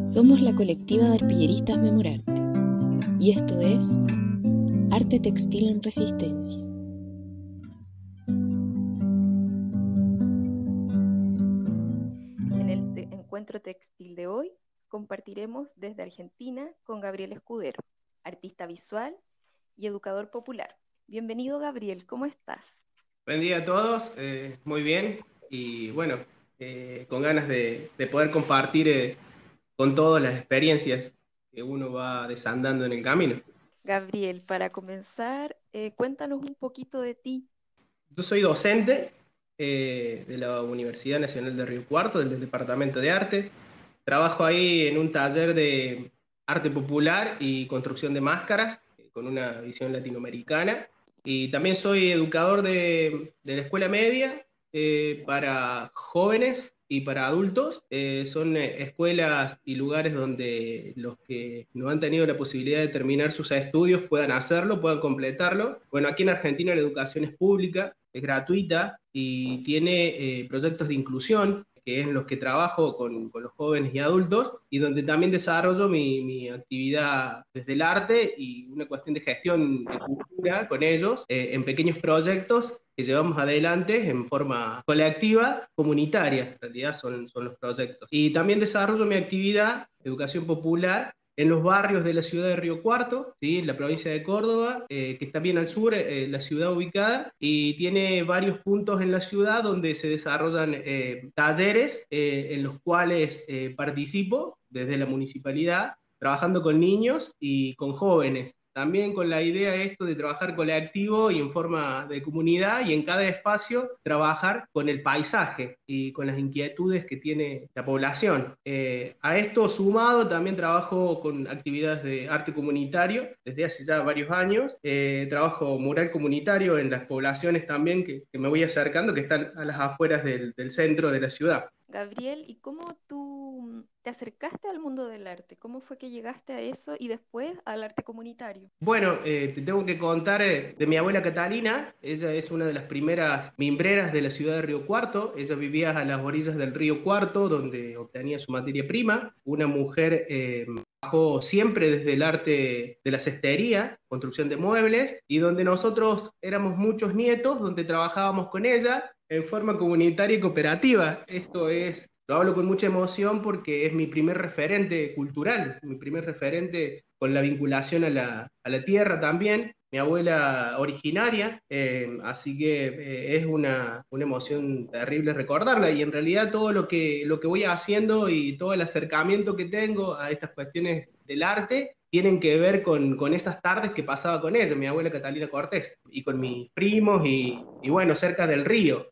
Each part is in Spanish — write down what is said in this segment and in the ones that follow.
Somos la colectiva de arpilleristas Memorarte, y esto es Arte Textil en Resistencia. En el encuentro textil de hoy compartiremos desde Argentina con Gabriel Escudero, artista visual y educador popular. Bienvenido, Gabriel, ¿cómo estás? Buen día a todos, muy bien y bueno, con ganas de poder compartir con todos las experiencias que uno va desandando en el camino. Gabriel, para comenzar, cuéntanos un poquito de ti. Yo soy docente de la Universidad Nacional de Río Cuarto, del Departamento de Arte. Trabajo ahí en un taller de arte popular y construcción de máscaras, con una visión latinoamericana. Y también soy educador de la escuela media para jóvenes y para adultos. Son escuelas y lugares donde los que no han tenido la posibilidad de terminar sus estudios puedan hacerlo, puedan completarlo. Bueno, aquí en Argentina la educación es pública, es gratuita y tiene proyectos de inclusión, que es en los que trabajo con los jóvenes y adultos, y donde también desarrollo mi actividad desde el arte y una cuestión de gestión de cultura con ellos, en pequeños proyectos que llevamos adelante en forma colectiva, comunitaria, en realidad son los proyectos. Y también desarrollo mi actividad, educación popular, en los barrios de la ciudad de Río Cuarto, ¿sí? En la provincia de Córdoba, que está bien al sur, la ciudad ubicada, y tiene varios puntos en la ciudad donde se desarrollan talleres en los cuales participo desde la municipalidad, trabajando con niños y con jóvenes. También con la idea esto de trabajar colectivo y en forma de comunidad y en cada espacio trabajar con el paisaje y con las inquietudes que tiene la población. A esto sumado también trabajo con actividades de arte comunitario desde hace ya varios años. Trabajo mural comunitario en las poblaciones también que me voy acercando, que están a las afueras del centro de la ciudad. Gabriel, ¿y cómo tú te acercaste al mundo del arte? ¿Cómo fue que llegaste a eso y después al arte comunitario? Bueno, te tengo que contar de mi abuela Catalina. Ella es una de las primeras mimbreras de la ciudad de Río Cuarto. Ella vivía a las orillas del río Cuarto, donde obtenía su materia prima. Una mujer trabajó siempre desde el arte de la cestería, construcción de muebles, y donde nosotros éramos muchos nietos, donde trabajábamos con ella en forma comunitaria y cooperativa. Lo hablo con mucha emoción porque es mi primer referente cultural, mi primer referente con la vinculación a la tierra también. Mi abuela originaria, así que es una emoción terrible recordarla, y en realidad todo lo que voy haciendo y todo el acercamiento que tengo a estas cuestiones del arte tienen que ver con esas tardes que pasaba con ella, mi abuela Catalina Cortés, y con mis primos, y bueno, cerca del río.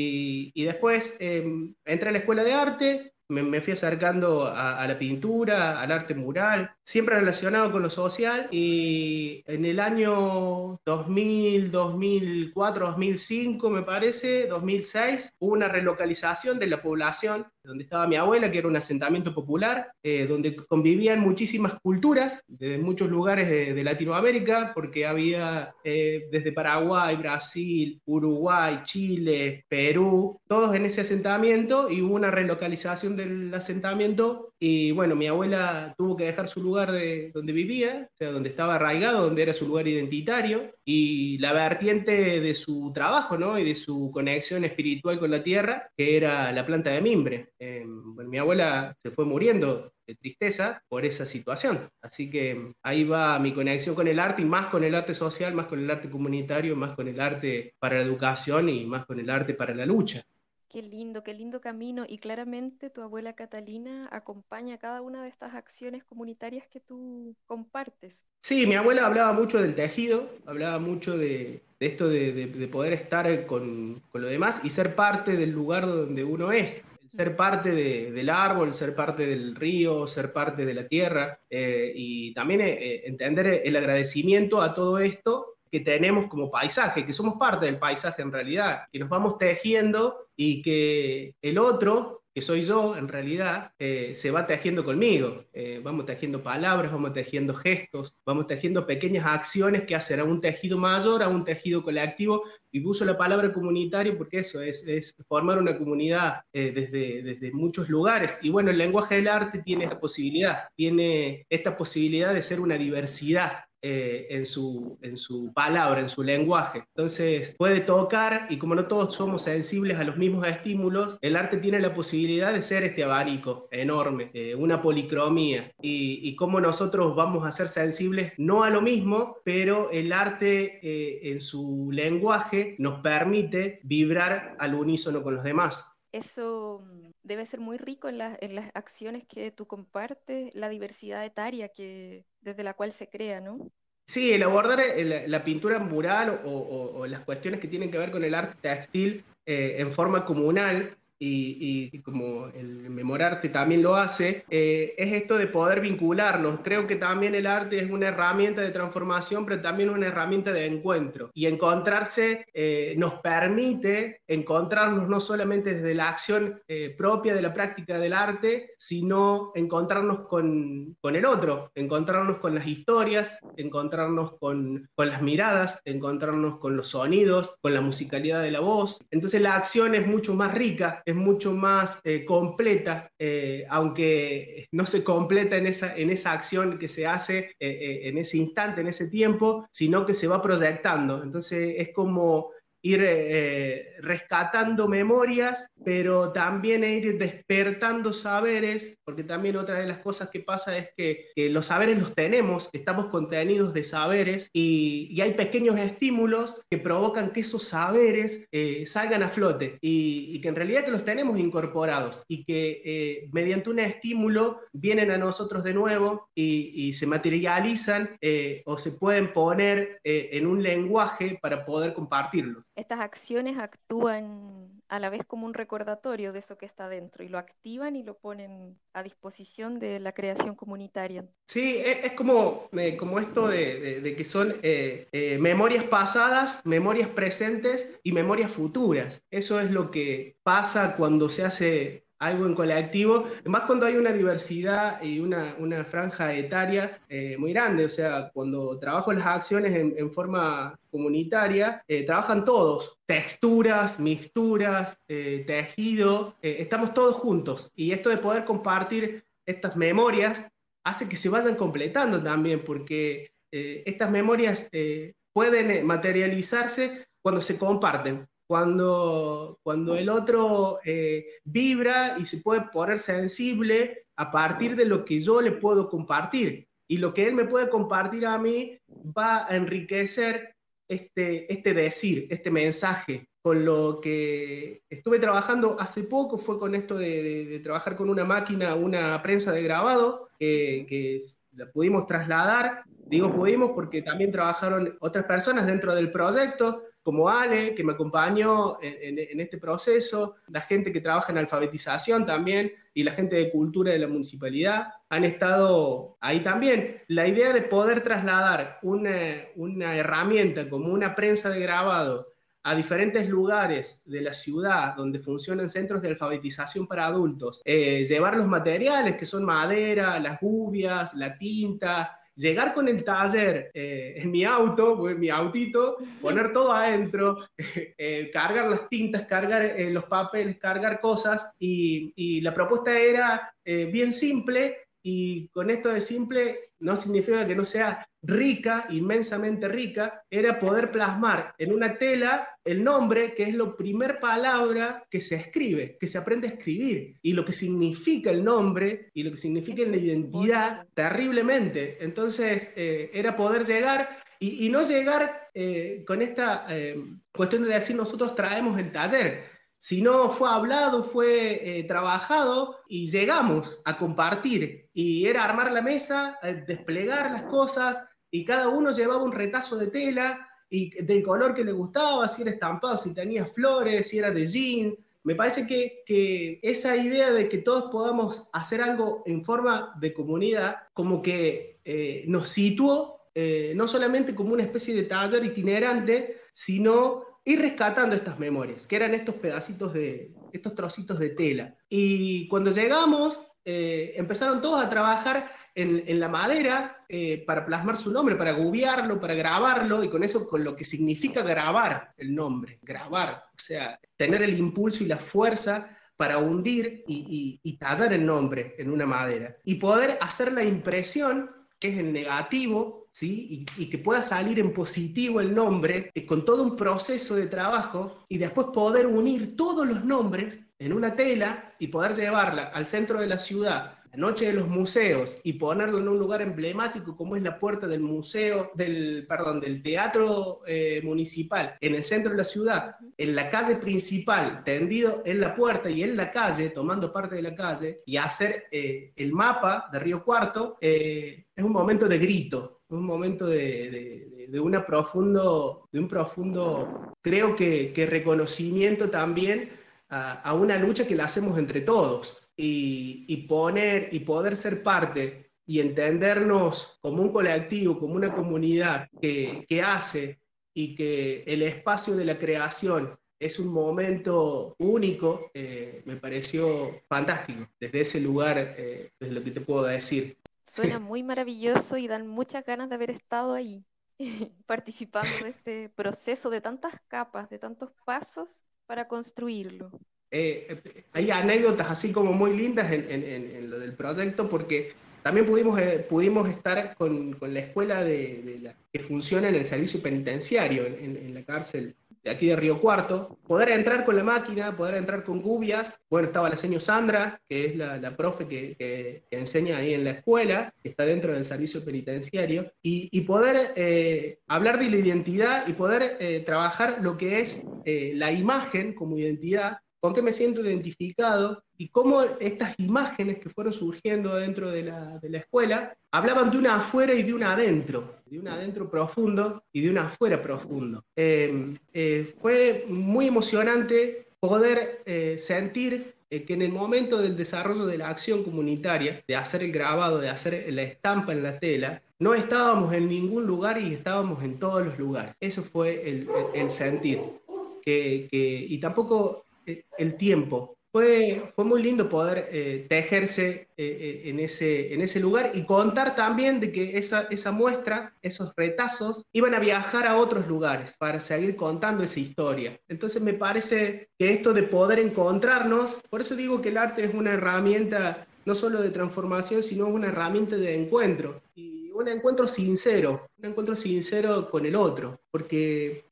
Y después entré a la escuela de arte, me fui acercando a la pintura, al arte mural, siempre relacionado con lo social, y en el año 2000, 2004, 2005 me parece, 2006, hubo una relocalización de la población donde estaba mi abuela, que era un asentamiento popular, donde convivían muchísimas culturas de muchos lugares de Latinoamérica, porque había desde Paraguay, Brasil, Uruguay, Chile, Perú, todos en ese asentamiento, y hubo una relocalización del asentamiento, y bueno, mi abuela tuvo que dejar su lugar donde vivía, o sea, donde estaba arraigado, donde era su lugar identitario, y la vertiente de su trabajo, ¿no? Y de su conexión espiritual con la tierra, que era la planta de mimbre. Bueno, mi abuela se fue muriendo de tristeza por esa situación. Así que ahí va mi conexión con el arte, y más con el arte social, más con el arte comunitario, más con el arte para la educación y más con el arte para la lucha. Qué lindo camino. Y claramente tu abuela Catalina acompaña cada una de estas acciones comunitarias que tú compartes. Sí, mi abuela hablaba mucho del tejido, hablaba mucho de esto de poder estar con lo demás y ser parte del lugar donde uno es. Ser parte del árbol, ser parte del río, ser parte de la tierra, y también entender el agradecimiento a todo esto que tenemos como paisaje, que somos parte del paisaje en realidad, que nos vamos tejiendo, y que el otro que soy yo en realidad, se va tejiendo conmigo. Vamos tejiendo palabras, vamos tejiendo gestos, vamos tejiendo pequeñas acciones que hacen a un tejido mayor, a un tejido colectivo, y uso la palabra comunitario porque eso es formar una comunidad desde muchos lugares. Y bueno, el lenguaje del arte tiene esta posibilidad de ser una diversidad en su palabra, en su lenguaje. Entonces puede tocar, y como no todos somos sensibles a los mismos estímulos, el arte tiene la posibilidad de ser este abanico enorme, una policromía, y cómo nosotros vamos a ser sensibles no a lo mismo, pero el arte en su lenguaje nos permite vibrar al unísono con los demás. Eso debe ser muy rico en las acciones que tú compartes, la diversidad etaria desde la cual se crea, ¿no? Sí, el abordar la pintura mural o las cuestiones que tienen que ver con el arte textil en forma comunal, y como el Memorarte también lo hace, es esto de poder vincularnos. Creo que también el arte es una herramienta de transformación, pero también una herramienta de encuentro. Y encontrarse nos permite encontrarnos no solamente desde la acción propia de la práctica del arte, sino encontrarnos con el otro, encontrarnos con las historias, encontrarnos con las miradas, encontrarnos con los sonidos, con la musicalidad de la voz. Entonces la acción es mucho más rica, es mucho más completa, aunque no se completa en esa acción que se hace en ese instante, en ese tiempo, sino que se va proyectando. Entonces es como ir rescatando memorias, pero también ir despertando saberes, porque también otra de las cosas que pasa es que los saberes los tenemos, estamos contenidos de saberes, y hay pequeños estímulos que provocan que esos saberes salgan a flote, y que en realidad que los tenemos incorporados, y que mediante un estímulo vienen a nosotros de nuevo y se materializan o se pueden poner en un lenguaje para poder compartirlo. Estas acciones actúan a la vez como un recordatorio de eso que está dentro y lo activan y lo ponen a disposición de la creación comunitaria. Sí, es como esto de que son memorias pasadas, memorias presentes y memorias futuras. Eso es lo que pasa cuando se hace algo en colectivo, más cuando hay una diversidad y una franja etaria muy grande. O sea, cuando trabajo las acciones en forma comunitaria, trabajan todos, texturas, mixturas, tejido, estamos todos juntos. Y esto de poder compartir estas memorias hace que se vayan completando también, porque estas memorias pueden materializarse cuando se comparten. Cuando el otro vibra y se puede poner sensible a partir de lo que yo le puedo compartir. Y lo que él me puede compartir a mí va a enriquecer este decir, este mensaje. Con lo que estuve trabajando hace poco fue con esto de trabajar con una máquina, una prensa de grabado, que la pudimos trasladar. Digo pudimos porque también trabajaron otras personas dentro del proyecto, como Ale, que me acompañó en este proceso, la gente que trabaja en alfabetización también, y la gente de cultura de la municipalidad, han estado ahí también. La idea de poder trasladar una herramienta como una prensa de grabado a diferentes lugares de la ciudad donde funcionan centros de alfabetización para adultos, llevar los materiales que son madera, las gubias, la tinta, llegar con el taller en mi auto, en mi autito, poner todo adentro, cargar las tintas, cargar los papeles, cargar cosas, y la propuesta era bien simple, y con esto de simple no significa que no sea rica, inmensamente rica, era poder plasmar en una tela el nombre, que es la primer palabra que se escribe, que se aprende a escribir, y lo que significa el nombre y lo que significa la identidad terriblemente. Entonces era poder llegar y no llegar con esta cuestión de decir nosotros traemos el taller, sino fue hablado, fue trabajado, y llegamos a compartir, y era armar la mesa, desplegar las cosas, y cada uno llevaba un retazo de tela y del color que le gustaba, si era estampado, si tenía flores, si era de jean. Me parece que esa idea de que todos podamos hacer algo en forma de comunidad, como que nos situó no solamente como una especie de taller itinerante, sino ir rescatando estas memorias, que eran estos estos trocitos de tela. Y cuando llegamos, empezaron todos a trabajar en la madera para plasmar su nombre, para gubiarlo, para grabarlo, y con eso, con lo que significa grabar el nombre, grabar, o sea, tener el impulso y la fuerza para hundir y tallar el nombre en una madera. Y poder hacer la impresión, que es el negativo, ¿sí? Y que pueda salir en positivo el nombre, con todo un proceso de trabajo, y después poder unir todos los nombres en una tela y poder llevarla al centro de la ciudad, la noche de los museos, y ponerlo en un lugar emblemático como es la puerta del museo, del teatro municipal, en el centro de la ciudad, en la calle principal, tendido en la puerta y en la calle, tomando parte de la calle, y hacer el mapa de Río Cuarto, es un momento de grito, un momento de un profundo, creo que reconocimiento también a una lucha que la hacemos entre todos, y poder ser parte y entendernos como un colectivo, como una comunidad que hace, y que el espacio de la creación es un momento único, me pareció fantástico, desde ese lugar, desde lo que te puedo decir. Suena muy maravilloso y dan muchas ganas de haber estado ahí, participando de este proceso de tantas capas, de tantos pasos para construirlo. Hay anécdotas así como muy lindas en lo del proyecto, porque también pudimos estar con la escuela que funciona en el servicio penitenciario, en la cárcel de aquí de Río Cuarto, poder entrar con la máquina, poder entrar con gubias. Bueno, estaba la señora Sandra, que es la profe que enseña ahí en la escuela, que está dentro del servicio penitenciario, y poder hablar de la identidad y poder trabajar lo que es la imagen como identidad, con qué me siento identificado, y cómo estas imágenes que fueron surgiendo dentro de la escuela hablaban de un afuera y de un adentro profundo y de un afuera profundo. Fue muy emocionante poder sentir que en el momento del desarrollo de la acción comunitaria, de hacer el grabado, de hacer la estampa en la tela, no estábamos en ningún lugar y estábamos en todos los lugares. Eso fue el sentir. Y tampoco el tiempo. Fue muy lindo poder tejerse en ese lugar, y contar también de que esa muestra, esos retazos, iban a viajar a otros lugares para seguir contando esa historia. Entonces me parece que esto de poder encontrarnos, por eso digo que el arte es una herramienta no solo de transformación, sino una herramienta de encuentro. Y un encuentro sincero con el otro, porque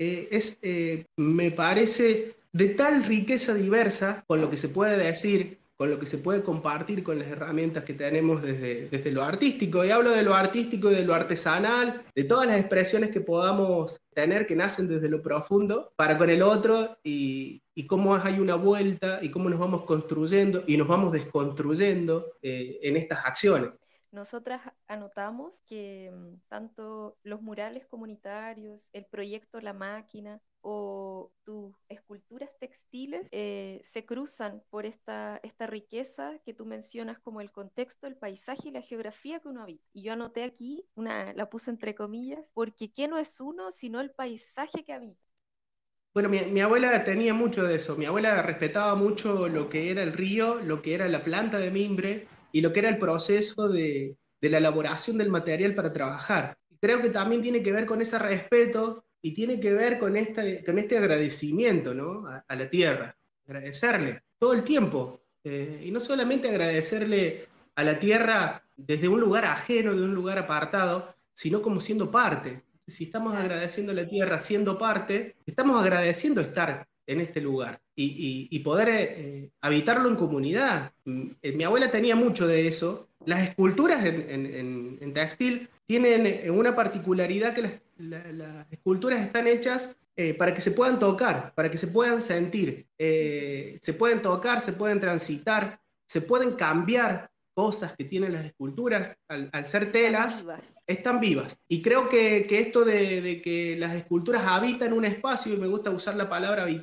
me parece de tal riqueza diversa, con lo que se puede decir, con lo que se puede compartir con las herramientas que tenemos desde lo artístico. Y hablo de lo artístico y de lo artesanal, de todas las expresiones que podamos tener que nacen desde lo profundo para con el otro, y cómo hay una vuelta y cómo nos vamos construyendo y nos vamos desconstruyendo en estas acciones. Nosotras anotamos que tanto los murales comunitarios, el proyecto La Máquina o tus esculturas textiles se cruzan por esta riqueza que tú mencionas como el contexto, el paisaje y la geografía que uno habita. Y yo anoté aquí, la puse entre comillas, porque ¿qué no es uno sino el paisaje que habita? Bueno, mi abuela tenía mucho de eso. Mi abuela respetaba mucho lo que era el río, lo que era la planta de mimbre y lo que era el proceso de la elaboración del material para trabajar. Creo que también tiene que ver con ese respeto y tiene que ver con este agradecimiento, ¿no? A la tierra, agradecerle todo el tiempo. Y no solamente agradecerle a la tierra desde un lugar ajeno, de un lugar apartado, sino como siendo parte. Si estamos agradeciendo a la tierra siendo parte, estamos agradeciendo estar en este lugar y poder habitarlo en comunidad. Mi abuela tenía mucho de eso. Las esculturas en textil tienen una particularidad, que las esculturas están hechas para que se puedan tocar, para que se puedan sentir. Se pueden tocar, se pueden transitar, se pueden cambiar cosas que tienen las esculturas, al ser telas, están vivas. Y creo que esto de que las esculturas habitan un espacio, y me gusta usar la palabra habitar,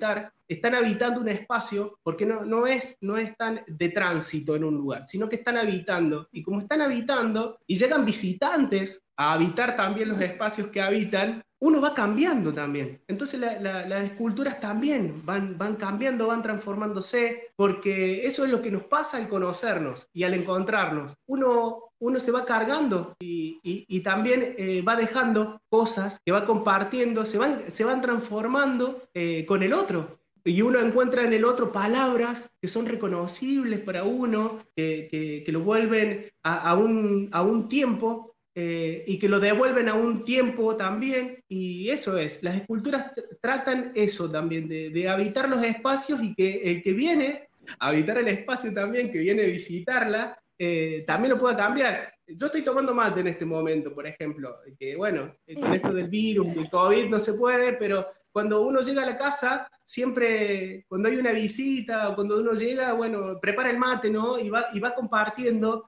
están habitando un espacio, porque no es tan de tránsito en un lugar, sino que están habitando. Y como están habitando y llegan visitantes a habitar también los espacios que habitan, uno va cambiando también. Entonces las esculturas también van cambiando, van transformándose, porque eso es lo que nos pasa al conocernos y al encontrarnos. Uno se va cargando y también va dejando cosas que va compartiendo, se van transformando con el otro. Y uno encuentra en el otro palabras que son reconocibles para uno, que lo vuelven a un tiempo y que lo devuelven a un tiempo también. Y eso es, las esculturas tratan eso también, de habitar los espacios y que el que viene a habitar el espacio también, que viene a visitarla, también lo pueda cambiar. Yo estoy tomando mate en este momento, por ejemplo, que bueno, con esto del virus, del COVID no se puede, pero cuando uno llega a la casa, siempre cuando hay una visita o cuando uno llega, bueno, prepara el mate, ¿no? Y va compartiendo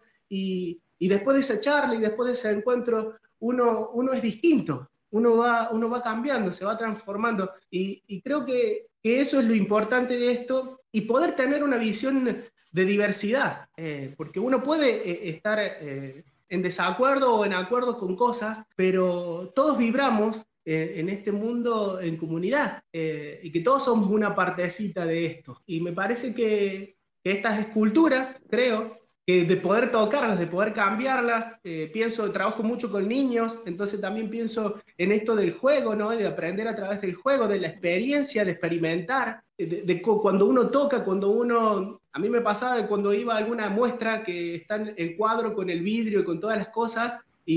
y después de esa charla y después de ese encuentro, uno es distinto, uno va cambiando, se va transformando y creo que eso es lo importante de esto y poder tener una visión de diversidad, porque uno puede estar en desacuerdo o en acuerdo con cosas, pero todos vibramos en este mundo en comunidad y que todos somos una partecita de esto. Y me parece que estas esculturas, creo, que de poder tocarlas, de poder cambiarlas, trabajo mucho con niños, entonces también pienso en esto del juego, ¿no? De aprender a través del juego, de la experiencia, de experimentar, cuando uno toca, a mí me pasaba cuando iba a alguna muestra que está el cuadro con el vidrio y con todas las cosas,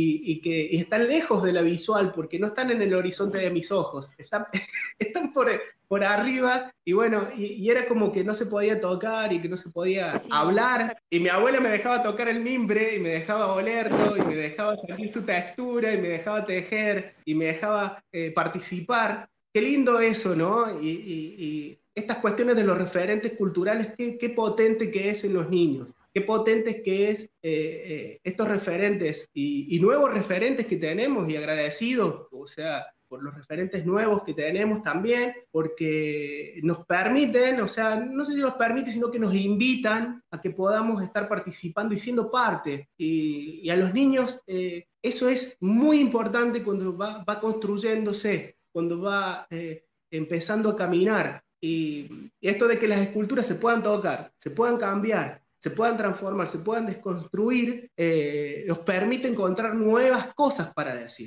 y están lejos de la visual, porque no están en el horizonte de mis ojos, están por arriba, y bueno, y era como que no se podía tocar y que no se podía hablar, exacto. y mi abuela me dejaba tocar el mimbre, y me dejaba olerlo, y me dejaba sentir su textura, y me dejaba tejer, y me dejaba participar. Qué lindo eso, ¿no? Y estas cuestiones de los referentes culturales, qué potente que es en los niños, qué potentes que es estos referentes y nuevos referentes que tenemos y agradecidos, o sea, por los referentes nuevos que tenemos también, porque nos permiten, o sea, no sé si nos permiten, sino que nos invitan a que podamos estar participando y siendo parte. Y a los niños eso es muy importante cuando va construyéndose, cuando va empezando a caminar. Y esto de que las esculturas se puedan tocar, se puedan cambiar, se puedan transformar, se puedan desconstruir, nos permite encontrar nuevas cosas para decir.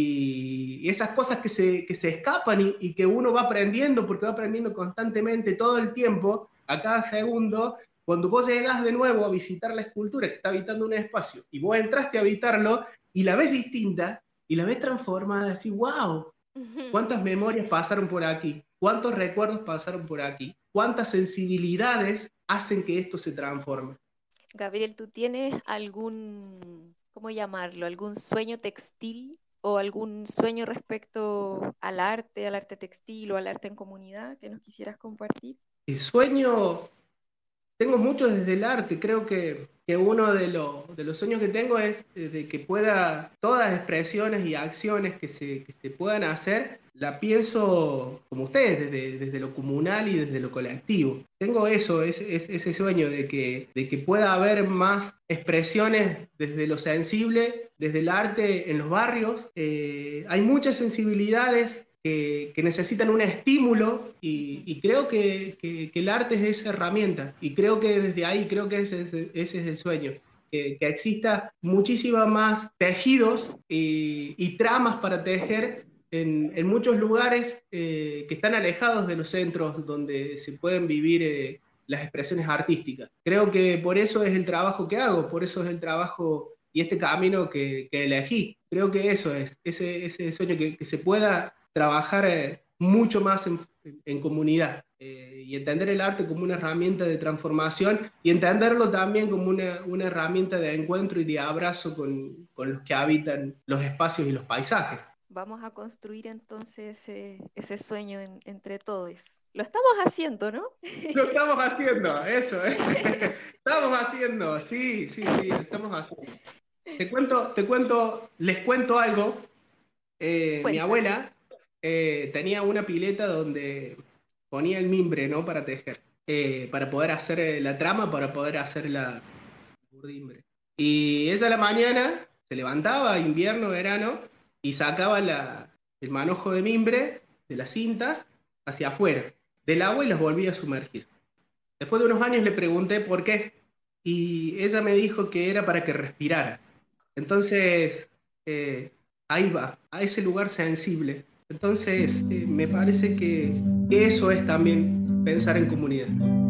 Y esas cosas que se escapan y que uno va aprendiendo, porque va aprendiendo constantemente todo el tiempo, a cada segundo, cuando vos llegás de nuevo a visitar la escultura que está habitando un espacio, y vos entraste a habitarlo, y la ves distinta, y la ves transformada, así, wow, ¿cuántas memorias pasaron por aquí? ¿Cuántos recuerdos pasaron por aquí? ¿Cuántas sensibilidades hacen que esto se transforme? Gabriel, ¿tú tienes algún, cómo llamarlo, algún sueño textil o algún sueño respecto al arte textil o al arte en comunidad que nos quisieras compartir? El sueño, tengo muchos desde el arte, creo que uno de los sueños que tengo es de que todas las expresiones y acciones que se puedan hacer, la pienso como ustedes, desde lo comunal y desde lo colectivo. Tengo eso, ese sueño de que pueda haber más expresiones desde lo sensible, desde el arte en los barrios. Hay muchas sensibilidades que necesitan un estímulo y creo que el arte es esa herramienta y creo que desde ahí, creo que ese es el sueño, que exista muchísimas más tejidos y tramas para tejer en muchos lugares que están alejados de los centros donde se pueden vivir las expresiones artísticas. Creo que por eso es el trabajo que hago, por eso es el trabajo y este camino que elegí. Creo que eso es, ese sueño que se pueda trabajar mucho más en comunidad y entender el arte como una herramienta de transformación y entenderlo también como una herramienta de encuentro y de abrazo con los que habitan los espacios y los paisajes. Vamos a construir entonces ese sueño entre todos. Lo estamos haciendo, ¿no? Lo estamos haciendo, eso, ¿eh? Estamos haciendo, sí, lo estamos haciendo. Les cuento algo. Mi Cuéntanos. abuela tenía una pileta donde ponía el mimbre, ¿no? Para tejer, para poder hacer la trama, para poder hacer la urdimbre. Y ella a la mañana se levantaba, invierno, verano, y sacaba el manojo de mimbre de las cintas hacia afuera del agua y las volvía a sumergir. Después de unos años le pregunté por qué, y ella me dijo que era para que respirara. Entonces, ahí va, a ese lugar sensible. Entonces, me parece que eso es también pensar en comunidad.